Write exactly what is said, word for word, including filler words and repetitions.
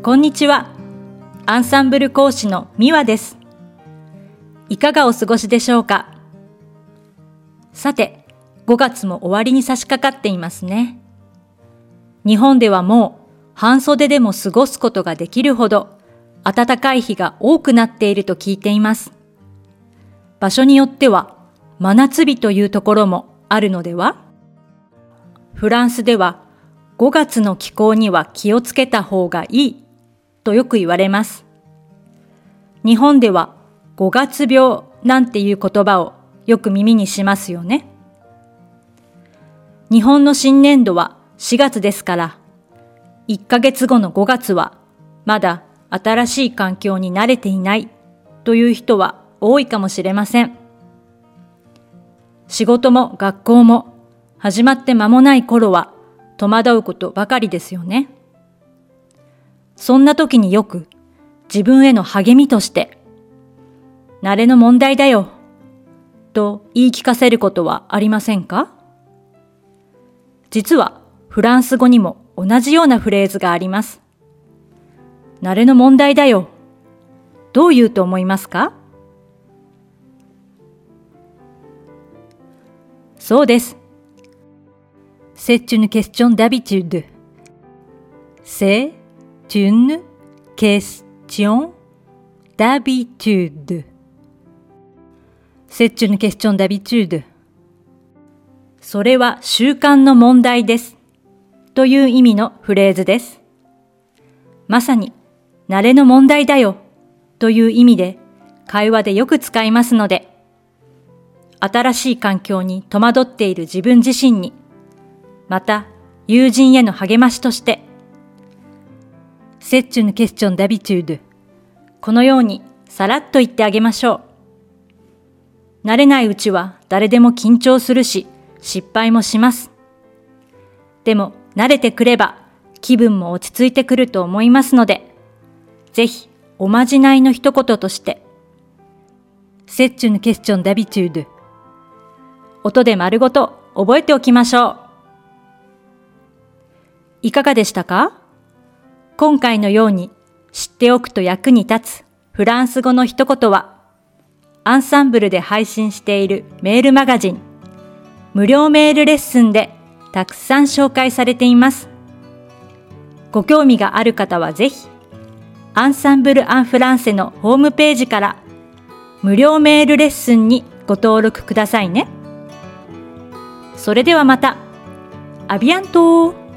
こんにちは。アンサンブル講師のミワです。いかがお過ごしでしょうか。さて、ごがつも終わりに差し掛かっていますね。日本ではもう半袖でも過ごすことができるほど暖かい日が多くなっていると聞いています。場所によっては真夏日というところもあるのでは？フランスではごがつの気候には気をつけた方がいいとよく言われます。日本ではごがつ病なんていう言葉をよく耳にしますよね。日本の新年度はしがつですから、いっかげつごのごがつはまだ新しい環境に慣れていないという人は多いかもしれません。仕事も学校も始まって間もない頃は戸惑うことばかりですよね。そんな時によく自分への励みとして、慣れの問題だよと言い聞かせることはありませんか？実はフランス語にも同じようなフレーズがあります。慣れの問題だよ。どう言うと思いますか？そうです。C'est une question d'habitude. C'est une question d'habitude. C'est une question d'habitude. それは習慣の問題です。という意味のフレーズです。まさに、慣れの問題だよ。という意味で、会話でよく使いますので、新しい環境に戸惑っている自分自身に、また友人への励ましとして、C'est une question d'habitude。このようにさらっと言ってあげましょう。慣れないうちは誰でも緊張するし、失敗もします。でも慣れてくれば気分も落ち着いてくると思いますので、ぜひおまじないの一言として、C'est une question d'habitude。音で丸ごと覚えておきましょう。いかがでしたか？今回のように知っておくと役に立つフランス語の一言は、アンサンブルで配信しているメールマガジン、無料メールレッスンでたくさん紹介されています。ご興味がある方はぜひ、アンサンブル・アン・フランセのホームページから無料メールレッスンにご登録くださいね。それではまた。アビアントー。